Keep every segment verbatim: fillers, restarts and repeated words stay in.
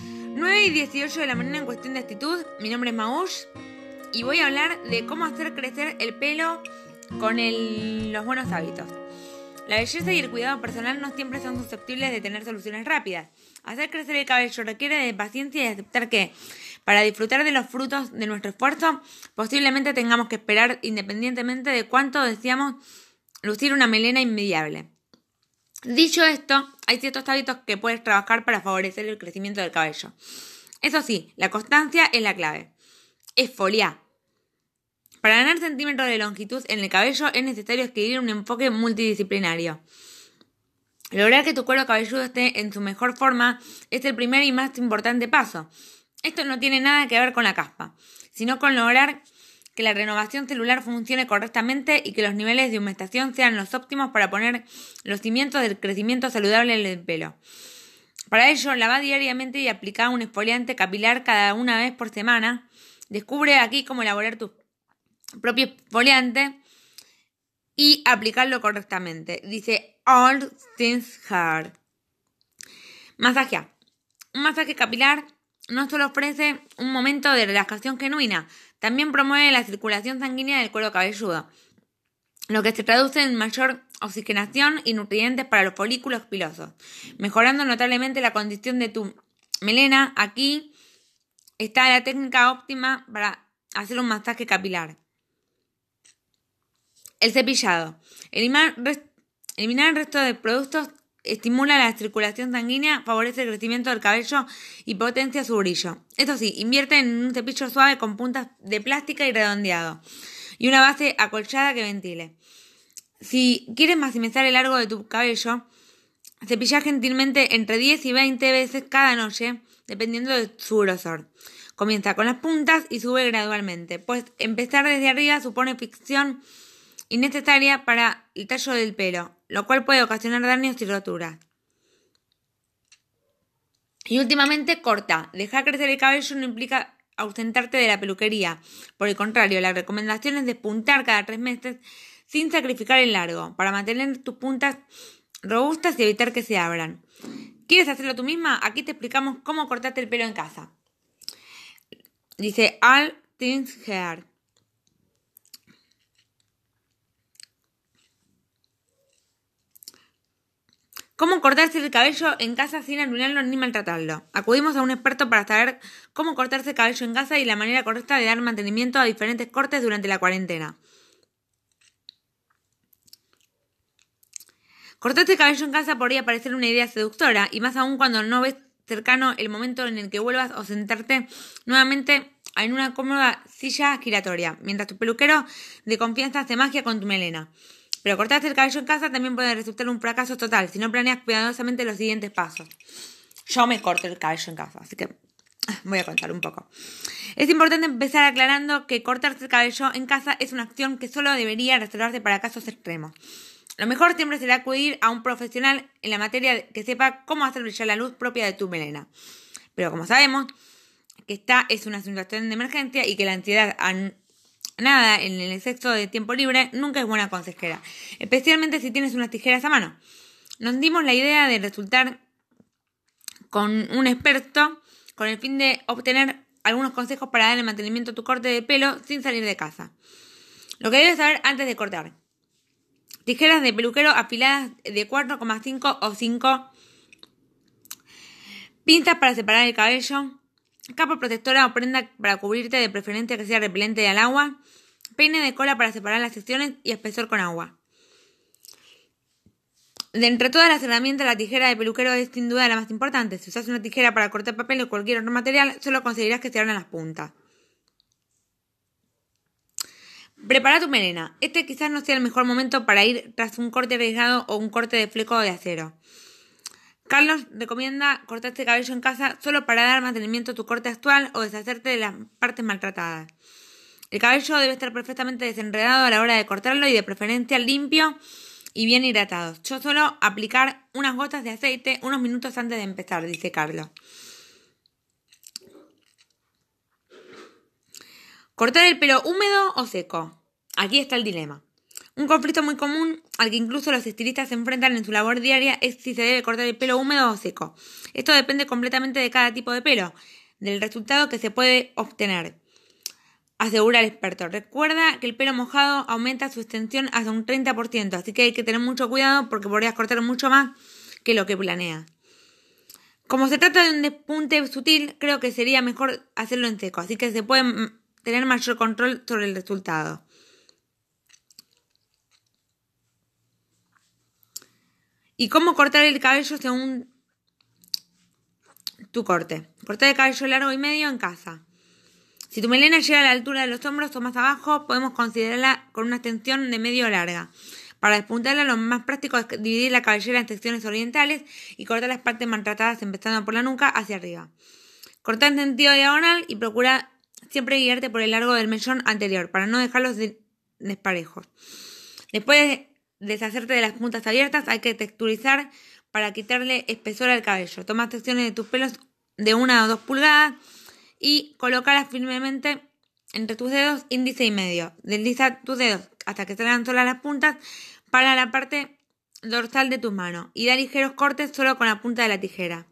nueve y dieciocho de la mañana en cuestión de actitud. Mi nombre es Maush y voy a hablar de cómo hacer crecer el pelo con el, los buenos hábitos. La belleza y el cuidado personal no siempre son susceptibles de tener soluciones rápidas. Hacer crecer el cabello requiere de paciencia y de aceptar que, para disfrutar de los frutos de nuestro esfuerzo, posiblemente tengamos que esperar independientemente de cuánto deseamos lucir una melena inmediable. Dicho esto, hay ciertos hábitos que puedes trabajar para favorecer el crecimiento del cabello. Eso sí, la constancia es la clave. Esfoliar. Para ganar centímetros de longitud en el cabello es necesario adquirir un enfoque multidisciplinario. Lograr que tu cuero cabelludo esté en su mejor forma es el primer y más importante paso. Esto no tiene nada que ver con la caspa, sino con lograr que la renovación celular funcione correctamente y que los niveles de humectación sean los óptimos para poner los cimientos del crecimiento saludable del pelo. Para ello, lava diariamente y aplica un exfoliante capilar cada una vez por semana. Descubre aquí cómo elaborar tu propio exfoliante y aplicarlo correctamente. Dice All Things Hard. Masajear. Un masaje capilar no solo ofrece un momento de relajación genuina, también promueve la circulación sanguínea del cuero cabelludo, lo que se traduce en mayor oxigenación y nutrientes para los folículos pilosos, mejorando notablemente la condición de tu melena. Aquí está la técnica óptima para hacer un masaje capilar. El cepillado. Eliminar, eliminar el resto de productos estimula la circulación sanguínea, favorece el crecimiento del cabello y potencia su brillo. Eso sí, invierte en un cepillo suave con puntas de plástica y redondeado y una base acolchada que ventile. Si quieres maximizar el largo de tu cabello, cepilla gentilmente entre diez y veinte veces cada noche, dependiendo de su grosor. Comienza con las puntas y sube gradualmente, pues empezar desde arriba supone fricción innecesaria para el tallo del pelo, lo cual puede ocasionar daños y roturas. Y últimamente, corta. Dejar crecer el cabello no implica ausentarte de la peluquería. Por el contrario, la recomendación es despuntar cada tres meses sin sacrificar el largo, para mantener tus puntas robustas y evitar que se abran. ¿Quieres hacerlo tú misma? Aquí te explicamos cómo cortarte el pelo en casa. Dice All Things Hair. ¿Cómo cortarse el cabello en casa sin arruinarlo ni maltratarlo? Acudimos a un experto para saber cómo cortarse el cabello en casa y la manera correcta de dar mantenimiento a diferentes cortes durante la cuarentena. Cortarse el cabello en casa podría parecer una idea seductora, y más aún cuando no ves cercano el momento en el que vuelvas a sentarte nuevamente en una cómoda silla giratoria, mientras tu peluquero de confianza hace magia con tu melena. Pero cortarse el cabello en casa también puede resultar un fracaso total si no planeas cuidadosamente los siguientes pasos. Yo me corto el cabello en casa, así que voy a contar un poco. Es importante empezar aclarando que cortarse el cabello en casa es una acción que solo debería reservarse para casos extremos. Lo mejor siempre será acudir a un profesional en la materia que sepa cómo hacer brillar la luz propia de tu melena. Pero como sabemos que esta es una situación de emergencia y que la ansiedad nada en el exceso de tiempo libre nunca es buena consejera, especialmente si tienes unas tijeras a mano. Nos dimos la idea de resultar con un experto con el fin de obtener algunos consejos para darle mantenimiento a tu corte de pelo sin salir de casa. Lo que debes saber antes de cortar: tijeras de peluquero afiladas de cuatro coma cinco o cinco, pinzas para separar el cabello, capa protectora o prenda para cubrirte, de preferencia que sea repelente al agua, peine de cola para separar las secciones y espesor con agua. De entre todas las herramientas, la tijera de peluquero es sin duda la más importante. Si usas una tijera para cortar papel o cualquier otro material, solo conseguirás que se abran las puntas. Prepara tu melena. Este quizás no sea el mejor momento para ir tras un corte arriesgado o un corte de fleco de acero. Carlos recomienda cortarte el cabello en casa solo para dar mantenimiento a tu corte actual o deshacerte de las partes maltratadas. El cabello debe estar perfectamente desenredado a la hora de cortarlo y de preferencia limpio y bien hidratado. Yo suelo aplicar unas gotas de aceite unos minutos antes de empezar, dice Carlos. ¿Cortar el pelo húmedo o seco? Aquí está el dilema. Un conflicto muy común al que incluso los estilistas se enfrentan en su labor diaria es si se debe cortar el pelo húmedo o seco. Esto depende completamente de cada tipo de pelo, del resultado que se puede obtener, asegura el experto. Recuerda que el pelo mojado aumenta su extensión hasta un treinta por ciento, así que hay que tener mucho cuidado porque podrías cortar mucho más que lo que planeas. Como se trata de un despunte sutil, creo que sería mejor hacerlo en seco, así que se puede tener mayor control sobre el resultado. ¿Y cómo cortar el cabello según tu corte? Cortar el cabello largo y medio en casa. Si tu melena llega a la altura de los hombros o más abajo, podemos considerarla con una extensión de medio o larga. Para despuntarla, lo más práctico es dividir la cabellera en secciones orientales y cortar las partes maltratadas empezando por la nuca hacia arriba. Corta en sentido diagonal y procura siempre guiarte por el largo del mechón anterior para no dejarlos desparejos. Después de deshacerte de las puntas abiertas, hay que texturizar para quitarle espesor al cabello. Toma secciones de tus pelos de una o dos pulgadas y colócalas firmemente entre tus dedos índice y medio. Desliza tus dedos hasta que salgan solas las puntas para la parte dorsal de tus manos y da ligeros cortes solo con la punta de la tijera.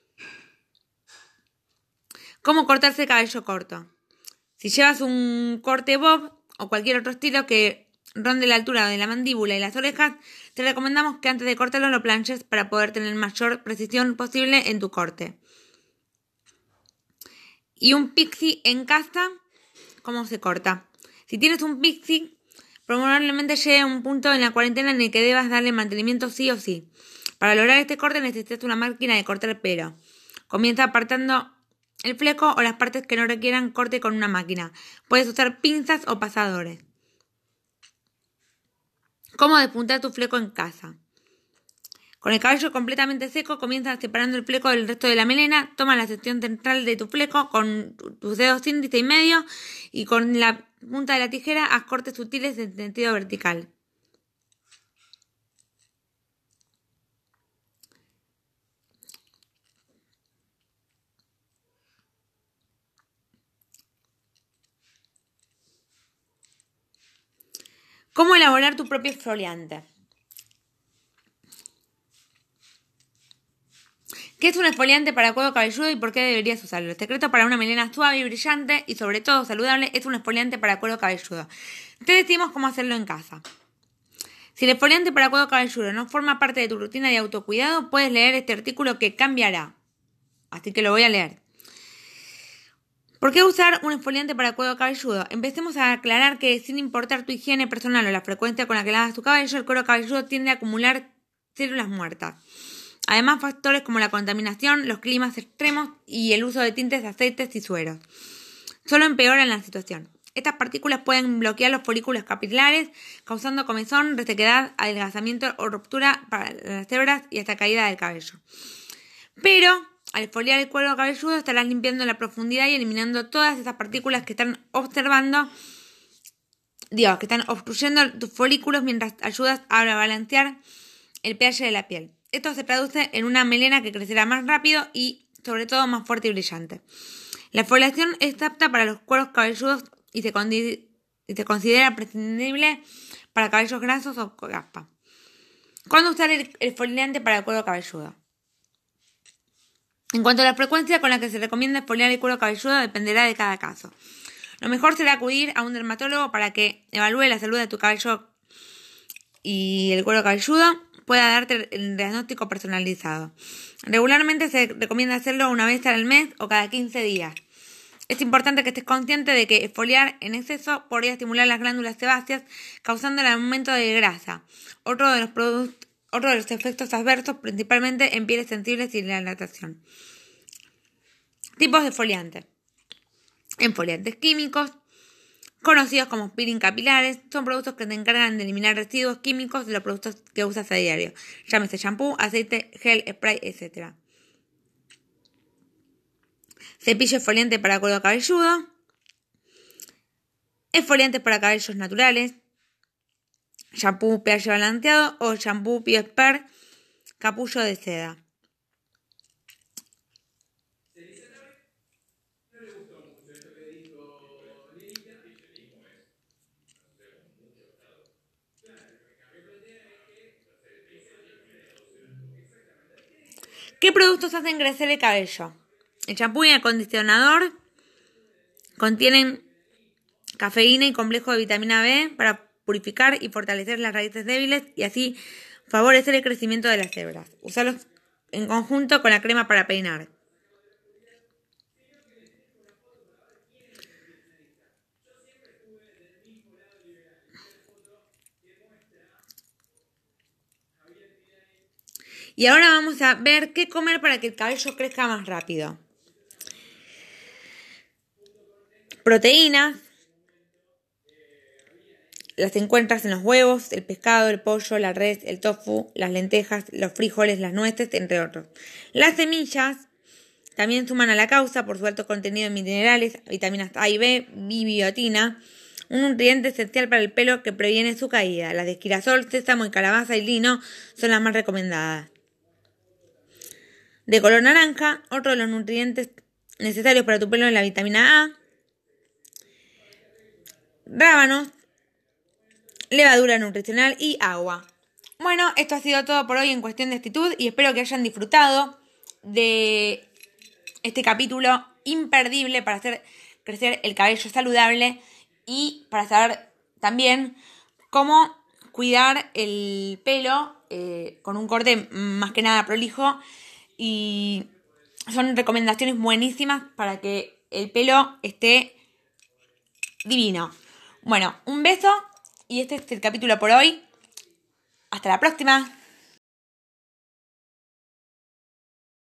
¿Cómo cortarse el cabello corto? Si llevas un corte bob o cualquier otro estilo que ronde la altura de la mandíbula y las orejas, te recomendamos que antes de cortarlo lo planches para poder tener mayor precisión posible en tu corte. Y un pixie en casa, ¿cómo se corta? Si tienes un pixie, probablemente llegue a un punto en la cuarentena en el que debas darle mantenimiento sí o sí. Para lograr este corte necesitas una máquina de cortar pelo. Comienza apartando el fleco o las partes que no requieran corte con una máquina. Puedes usar pinzas o pasadores. ¿Cómo despuntar tu fleco en casa? Con el cabello completamente seco, comienza separando el fleco del resto de la melena. Toma la sección central de tu fleco con tus dedos índice y medio y con la punta de la tijera haz cortes sutiles en sentido vertical. ¿Cómo elaborar tu propio exfoliante? ¿Qué es un exfoliante para cuero cabelludo y por qué deberías usarlo? El secreto para una melena suave y brillante y sobre todo saludable es un exfoliante para cuero cabelludo. Te decimos cómo hacerlo en casa. Si el exfoliante para cuero cabelludo no forma parte de tu rutina de autocuidado, puedes leer este artículo que cambiará. Así que lo voy a leer. ¿Por qué usar un exfoliante para cuero cabelludo? Empecemos a aclarar que sin importar tu higiene personal o la frecuencia con la que lavas tu cabello, el cuero cabelludo tiende a acumular células muertas. Además, factores como la contaminación, los climas extremos y el uso de tintes, aceites y sueros solo empeoran la situación. Estas partículas pueden bloquear los folículos capilares, causando comezón, resequedad, adelgazamiento o ruptura para las hebras y hasta caída del cabello. Pero al exfoliar el cuero cabelludo estarás limpiando la profundidad y eliminando todas esas partículas que están observando, digo, que están obstruyendo tus folículos mientras ayudas a balancear el pH de la piel. Esto se traduce en una melena que crecerá más rápido y, sobre todo, más fuerte y brillante. La exfoliación es apta para los cueros cabelludos y se, y se considera prescindible para cabellos grasos o caspa. ¿Cuándo usar el exfoliante para el cuero cabelludo? En cuanto a la frecuencia con la que se recomienda exfoliar el cuero cabelludo dependerá de cada caso. Lo mejor será acudir a un dermatólogo para que evalúe la salud de tu cabello y el cuero cabelludo pueda darte el diagnóstico personalizado. Regularmente se recomienda hacerlo una vez al mes o cada quince días. Es importante que estés consciente de que exfoliar en exceso podría estimular las glándulas sebáceas, causando el aumento de grasa. Otro de los productos Otro de los efectos adversos, principalmente en pieles sensibles y la natación. Tipos de exfoliantes. Exfoliantes químicos, conocidos como peeling capilares, son productos que se encargan de eliminar residuos químicos de los productos que usas a diario. Llámese shampoo, aceite, gel, spray, etcétera. Cepillo exfoliante para cuero cabelludo. Exfoliantes para cabellos naturales. Shampoo pH balanceado o shampoo Biosphere capullo de seda. ¿Qué productos hacen crecer el cabello? El champú y el acondicionador contienen cafeína y complejo de vitamina B para purificar y fortalecer las raíces débiles y así favorecer el crecimiento de las hebras. Usarlos en conjunto con la crema para peinar. Y ahora vamos a ver qué comer para que el cabello crezca más rápido. Proteínas. Las encuentras en los huevos, el pescado, el pollo, la res, el tofu, las lentejas, los frijoles, las nueces, entre otros. Las semillas también suman a la causa por su alto contenido en minerales, vitaminas A y B y biotina, un nutriente esencial para el pelo que previene su caída. Las de girasol, sésamo y calabaza y lino son las más recomendadas. De color naranja, otro de los nutrientes necesarios para tu pelo es la vitamina A. Rábanos, levadura nutricional y agua. Bueno, esto ha sido todo por hoy en Cuestión de Actitud y espero que hayan disfrutado de este capítulo imperdible para hacer crecer el cabello saludable y para saber también cómo cuidar el pelo eh, con un corte más que nada prolijo, y son recomendaciones buenísimas para que el pelo esté divino. Bueno, un beso y este es el capítulo por hoy. Hasta la próxima.